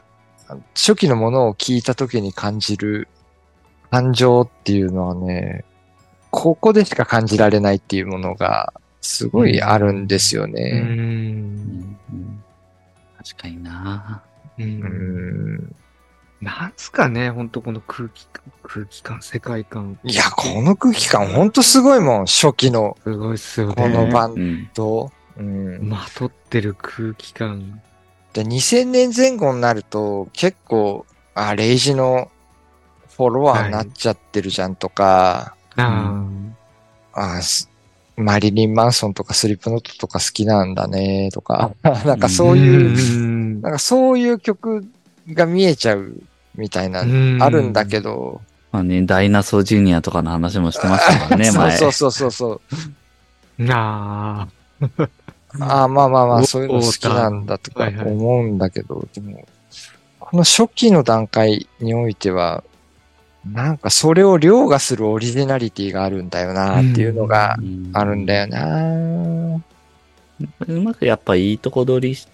初期のものを聞いた時に感じる感情っていうのはね、ここでしか感じられないっていうものがすごいあるんですようね。 うんんうん確かにな。 う。 うんん。 なんすかね、ほんとこの空気感、空気感、世界観。 いや、この空気感ほんとすごいもん、初期のすごいっすよね。 このバンうん。 ド。うん。 まとってる空気感。 で、にせんねんぜん後になると結構、あ、レイジのフォロワーになっちゃってるじゃんとか、 ああすマリリン・マンソンとかスリップノットとか好きなんだねとか、なんかあ。 そういう、 うんなんかそういう曲が見えちゃうみたいな、 うんあるんだけど、 まあね、ダイナソージュニアとかの話もしてましたからね、前。 そうそうそうそうそう。 ああ。 ああ、まあまあまあ、 おそういうの好きなんだとかはいはい思うんだけど、でも、この初期の段階においては、なんかそれを凌駕するオリジナリティがあるんだよなっていうのがうんあるんだよな。 うまくやっぱいいとこ取りして、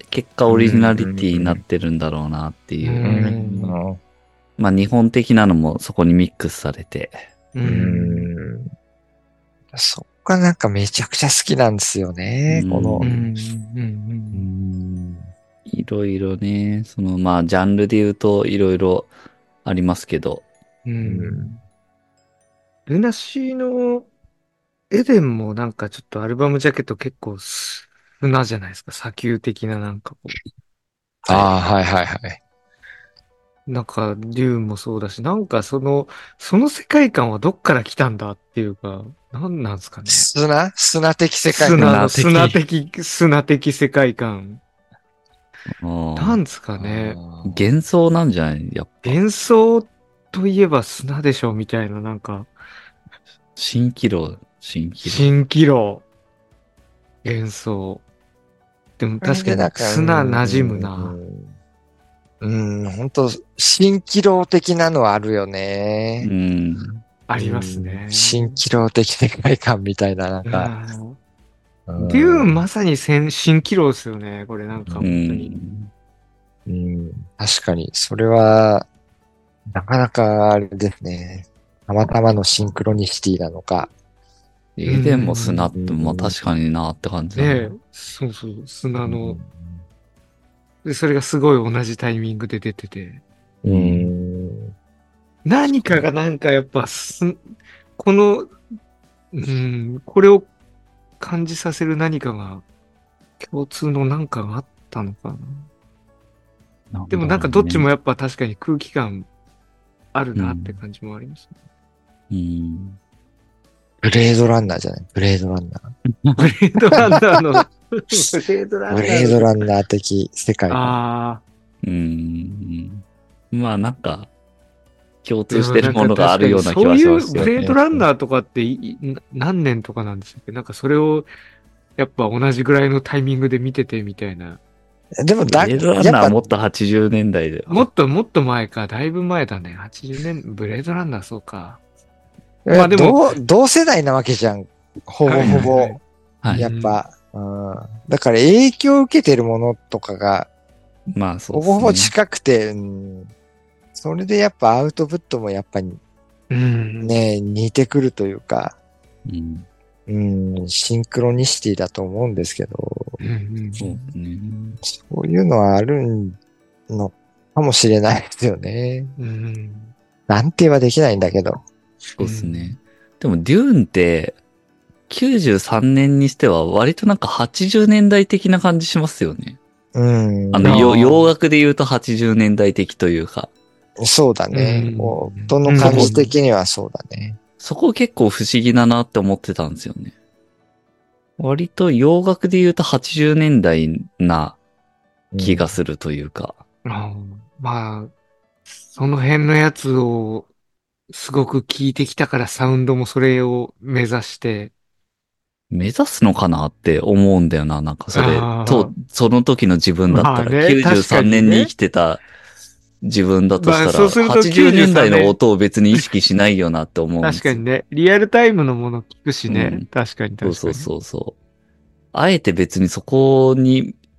結果オリジナリティになってるんだろうなっていう。 うんうんまあ日本的なのもそこにミックスされて。 う。 うんんそっかなんかめちゃくちゃ好きなんですよね、 うんこのう。ん。う。 うんんいろいろね、そのまあジャンルで言うといろいろありますけど。 ううんん。ルナシーのエデンもなんかちょっとアルバムジャケット結構砂じゃないですか。砂丘的ななんかこああ、はいはいはい。 う。なんか、デューンもそうだし、なんかその、その世界観はどっから来たんだっていうか、なんなんですかね。 砂砂的世界観。 砂の、砂砂的的、砂的世界観。 うんなんですかね。 あー幻想なんじゃないやっぱ。 幻想といえば砂でしょみたいな、なんか、 蜃気楼、蜃気楼。 蜃気楼。幻想。でも確かに砂馴染むな。 うん、本当蜃気楼的なのはあるようね。 ん。 ありますね。 蜃気楼的世界観みたいな、なんか。 うんうんデューンまさに蜃蜃気楼ですよね。これなんかう本当に。 ん。 うん、確かに、それは、なかなかあれですね。たまたまのシンクロニシティなのか。 エデンも砂って、 うんまあ確かになって感じだな。 ねえ、そうそう、砂の、で、それがすごい同じタイミングで出てて。 うん。 何かがなんかやっぱす、この、うん、これを感じさせる何かが、共通のなんかがあったのかな。でもなんかどっちもやっぱ確かに空気感あるなって感じもありますね。 うん。 ブレードランナーじゃないブレードランナー。 ブレードランナーの、ブレードランナーの。 ブレードランナー的世界観。 ああ。 うん。まあなんか、共通してるものがあるような気はしそうますよね。 いうブレードランナーとかっていい何年とかなんですっけ？なんかそれをやっぱ同じぐらいのタイミングで見ててみたいな。 でもだ、 ブレードランやっぱナーはもっとはちじゅうねんだいで。 もっともっと前か、だいぶ前だね。はちじゅうねん、ブレードランナーそうか。まあでも同、同世代なわけじゃん。ほぼほぼ。 はいはいはいはい。 やっぱ、うん。だから影響を受けてるものとかが、 まあそうほぼほぼですね。 近くて、うん、それでやっぱアウトプットもやっぱりうん。 ね、似てくるというか、 うん。 うん、シンクロニシティだと思うんですけど、 うんうんそうですね。 そういうのはあるのかもしれないですよね。 うん。 断定はできないんだけど。 そうですね。でも、デューンって、きゅうじゅうさんねんにしては割となんかはちじゅうねんだい的な感じしますよね。 うん。 あの、 あーよ洋楽で言うとはちじゅうねんだい的というか、 そうだね。 うんもう、音の感じ的にはそうだね。 そこ結構不思議だなって思ってたんですよね。割と洋楽で言うとはちじゅうねんだいな気がするというか。 あーまあ、その辺のやつをすごく聞いてきたからサウンドもそれを目指して、 目指すのかなって思うんだよな。なんかそれあーと、その時の自分だったら、 まあねきゅうじゅうさんねんに生きてた自分だとしたら、 まあそうするとはちじゅうねんだいの音を別に意識しないよなって思うんですよ。 確かにね、リアルタイムのもの聞くしね。 うん確かに確かに。 そうそうそうそう。あえて別にそこに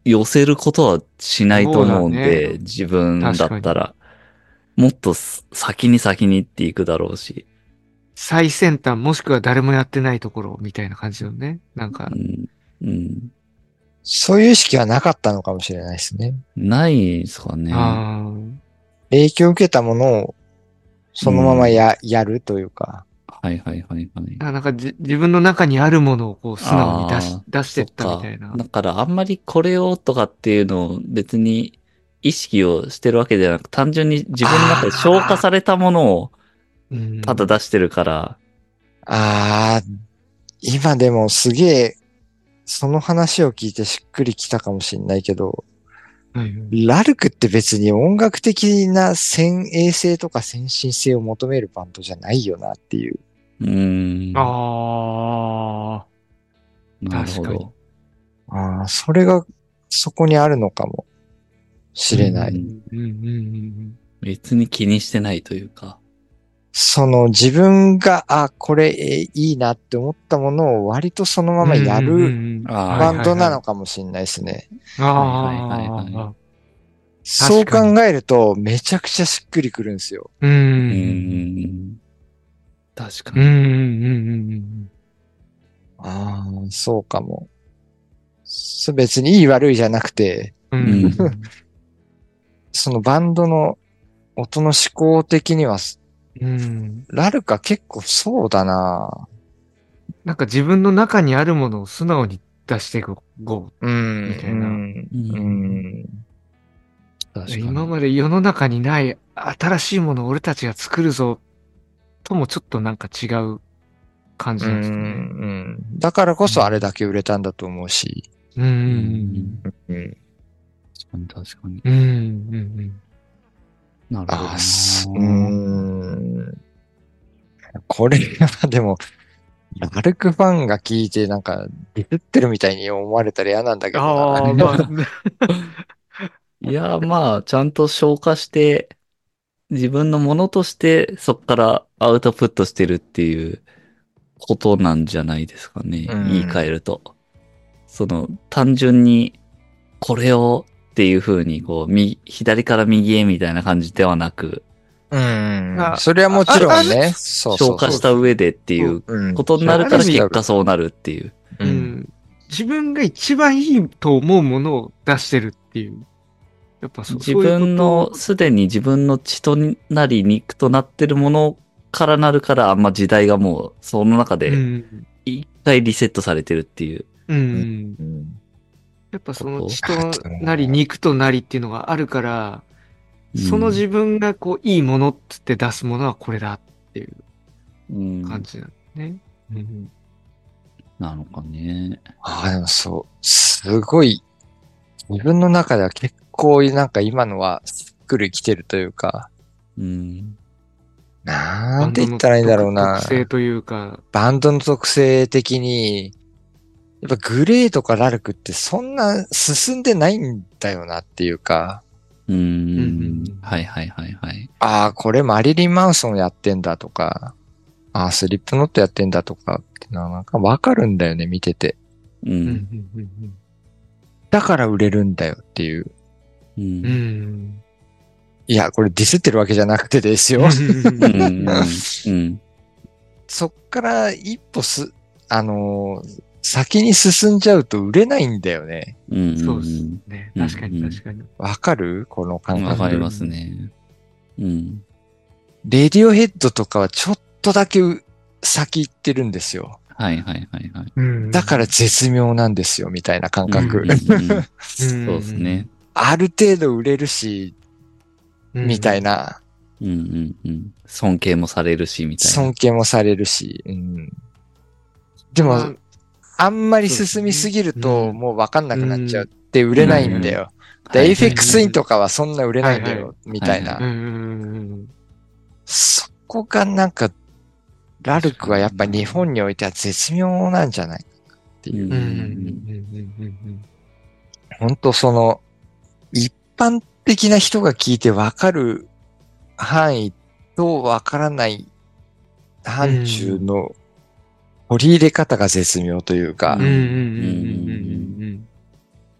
寄せることはしないと思うんそうだで、 ね自分だったら。もっと先に先にっていくだろうし。 最先端もしくは誰もやってないところみたいな感じのね。なんかう、ん。うん。 そういう意識はなかったのかもしれないですね。 ないですかね。 あ影響を受けたものをそのままや、やるというか。 はいはいはいはい。 あ、なんかじ自分の中にあるものをこう素直に出しあ、 出してったそっかみたいな。 だからあんまりこれをとかっていうのを別に意識をしてるわけではなく、単純に自分の中で消化されたものをうんただ出してるから、 ああ、今でもすげえ、その話を聞いてしっくりきたかもしれないけど、 はいはいラルクって別に音楽的な先鋭性とか先進性を求めるバンドじゃないよなっていう。 うーん。 ああ、 なるほ確かど。 ああ、それがそこにあるのかもしれない。 うんうんうんうん別に気にしてないというか。 その自分が、あ、これえーいいなって思ったものを割とそのままやるうんうんうんあーバンドなのか。 かもしれないですね。 あはいはいはいはあ、 そう考確かにえるとめちゃくちゃしっくりくるんですよ。 う。 い。うんん。確かうんに。 うんうんうんああ、そうかも。そ別にいい悪いじゃなくて、 うん。 うんうんそのバンドの音の思考的には、 うん。 ラルカ結構そうだな。 なんか自分の中にあるものを素直に出していく、こうん、 みたいなうん、 ううんん。 確かに。 今まで世の中にない新しいものを俺たちが作るぞ、ともちょっとなんか違う感じうなんですよね。 ん、だからこそあれだけ売れたんだと思うし。 うんうんうん、 確かに確かに。 うんうんうんなるほどな。 あすうーん。これはでも、ラルクファンが聞いてなんかディスってるみたいに思われたら嫌なんだけどな。 ああ、まあ、 いや、まあ、ちゃんと消化して、自分のものとしてそこからアウトプットしてるっていうことなんじゃないですかね。 うん言い換えると。その、単純にこれをっていう風に、こう、右、左から右へみたいな感じではなく、 うんあ。 それはもちろんああね。そうそう消化した上でっていううんことになるから消化した結果そうなるっていう。 う。 うんん、自分が一番いいと思うものを出してるっていう。やっぱそ自そういうこと分の、すでに自分の血となり肉となってるものからなるから、あんま時代がもう、その中うでん。 一回リセットされてるっていう。 うん。 うんやっぱそのこと血となり肉となりっていうのがあるから、 うんその自分がこういいものっつって出すものはこれだっていううん、 感じなんですね。うん。 なのかね。 ああ、でもそう。すごい、自分の中では結構なんか今のはしっくりきてるというか、 うん。 なんて言ったらいいんだろうな。 バンドの特特性というか、 バンドの特性的に、やっぱグレーとかラルクってそんな進んでないんだよなっていうか、 ううんん。はいはいはいはい。 ああ、これマリリン・マンソンやってんだとか、ああ、スリップノットやってんだとかってのはなんかわかるんだよね、見てて。 う。 うんんうんだから売れるんだよっていう。 う。 うんんうんいや、これディスってるわけじゃなくてですよ。 うんうん。うん。うん。 そっから一歩す、あのー先に進んじゃうと売れないんだよね。 うん。 そうですね。確かに確かに。 わかるこの感覚。 わかりますね。うん。 レディオヘッドとかはちょっとだけう先行ってるんですよ。 はいはいはいはい。 うんだから絶妙なんですよ、みたいな感覚。 うんうんうんうんそうですね。 ある程度売れるし、みたいな。 な。 うんうんうん。尊敬もされるし、みたいな。 尊敬もされるし。うん、でまあも、あんまり進みすぎると、 うんもうわかんなくなっちゃうって売れないんだよ。で、 はいエイフェクスインとかはそんな売れないんだはいはよ、みたいな。 はうんうんそこがなんか、ラルクはやっぱ日本においては絶妙なんじゃないかなっていう。 うんうんうんうんうん本当その、一般的な人が聞いてわかる範囲とわからない範疇の取り入れ方が絶妙というかうんうんうんうんうんうん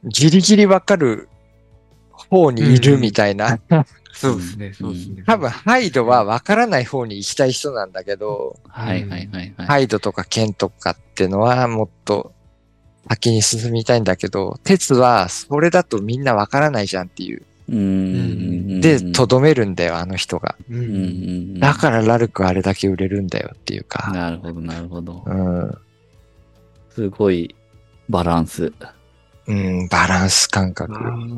ギリギリわかる方にいるみたいな。 そうですね、そうですね。 多分、ハイドはわからない方に行きたい人なんだけど、 はいはいはいはい。 ハイドとかケンとかっていうのはもっと先に進みたいんだけど、鉄はそれだとみんなわからないじゃんっていう。 うーん。 で、とどめるんだよ、あの人が。 う。 うんうんん。 だからラルクはあれだけ売れるんだよっていうか。 なるほどなるほど。 うん。 すごいバランス。 うん、バランス感覚。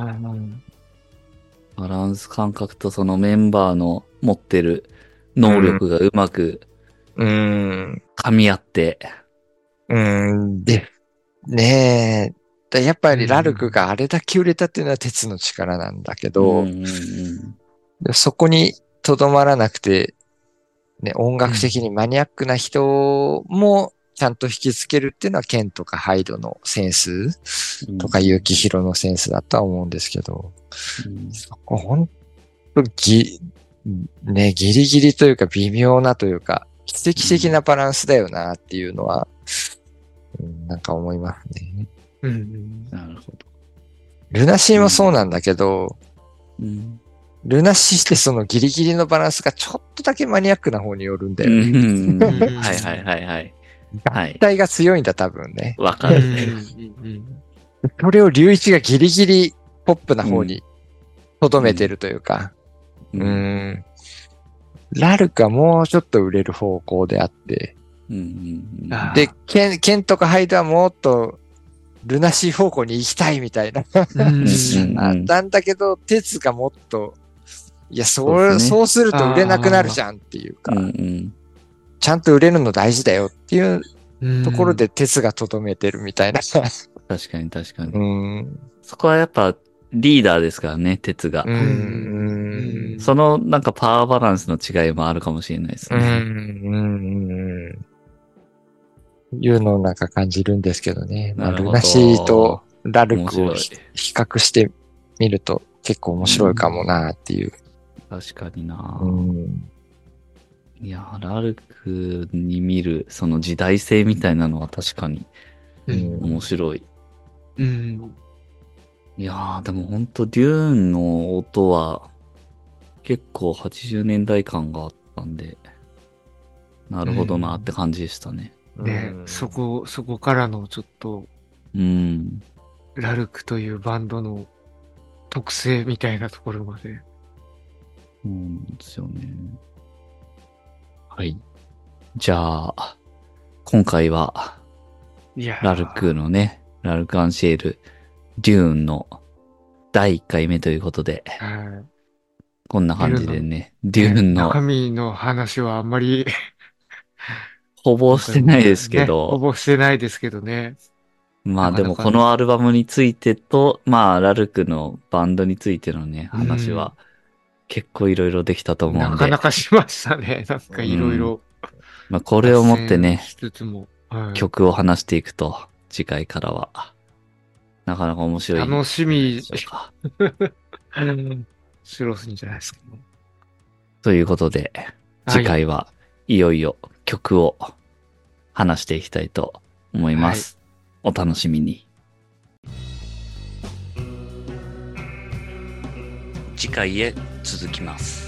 バランス感覚とそのメンバーの持ってる能力がうまくうん。 噛み合って。 うん。で、ねえ。だやっぱりラルクがあれだけ売れたっていうのは鉄の力なんだけど、 うんうんうんでそこにとどまらなくて、ね、音楽的にマニアックな人もちゃんと引きつけるっていうのはケンとかハイドのセンスとかユキヒロのセンスだとは思うんですけど、 うんそこほんとぎ、ね、ギリギリというか微妙なというか、奇跡的なバランスだよなっていうのは、うんなんか思いますね。 うん。 なるほど。 ルナシーもそうなんだけど、 うんルナシーってそのギリギリのバランスがちょっとだけマニアックな方によるんだよね。 うんはいはいはいはい。はい期。待が強いんだ多分ね。 わかる。 それを龍一がギリギリポップな方に留めてるというか、ううんん。ラルクはもうちょっと売れる方向であって、 うんうんあーで、ケン、ケンとかハイドはもっとルナシー方向に行きたいみたいな。 うん。 あったんだけど、鉄がもっと、いや、そそうう、 ですねそうすると売れなくなるじゃんっていうか、 うんうんちゃんと売れるの大事だよっていううんところで鉄がとどめてるみたいな。 確かに確かに。 うん。 そこはやっぱリーダーですからね、鉄がう。ん。 んそのなんかパワーバランスの違いもあるかもしれないですうん。 ね。 うん。うん。いうのをなんか感じるんですけどね。まあ、 なるほどルナシーとラル面クを白い。 比較してみると結構面白いかもなっていう。 確かにな、 うん。 いや、ラルクに見るその時代性みたいなのは確かにうん面白い。 うん。 いやー、でもほんとデューンの音は結構はちじゅうねんだい感があったんで、なるほどなって感じでしたね。 ね、そこ、そこからのちょっと、 うん。 ラルクというバンドの特性みたいなところまで。 そうなんですよね。はい。じゃあ、今回は、 いやーラルクのね、ラルク・アンシェール、デューンのだいいっかいめということで、 はい。 こんな感じでね、デューンの中身の話はあんまりほぼしてないですけねほど、 ぼしてないですけどね。 まあでもなかなかこのアルバムについてと、まあラルクのバンドについてのね、話は結構いろいろできたと思うんで、 なかなかしましたね。なんかいろいろ。 まあこれをもってね、 しつつも、はい曲を話していくと、次回からは、なかなか面白い。 楽しみでしょうか。 白すんじゃないですか。 ということで、次回はいよいよ曲を話していきたいと思います。お楽しみに。次回へ続きます。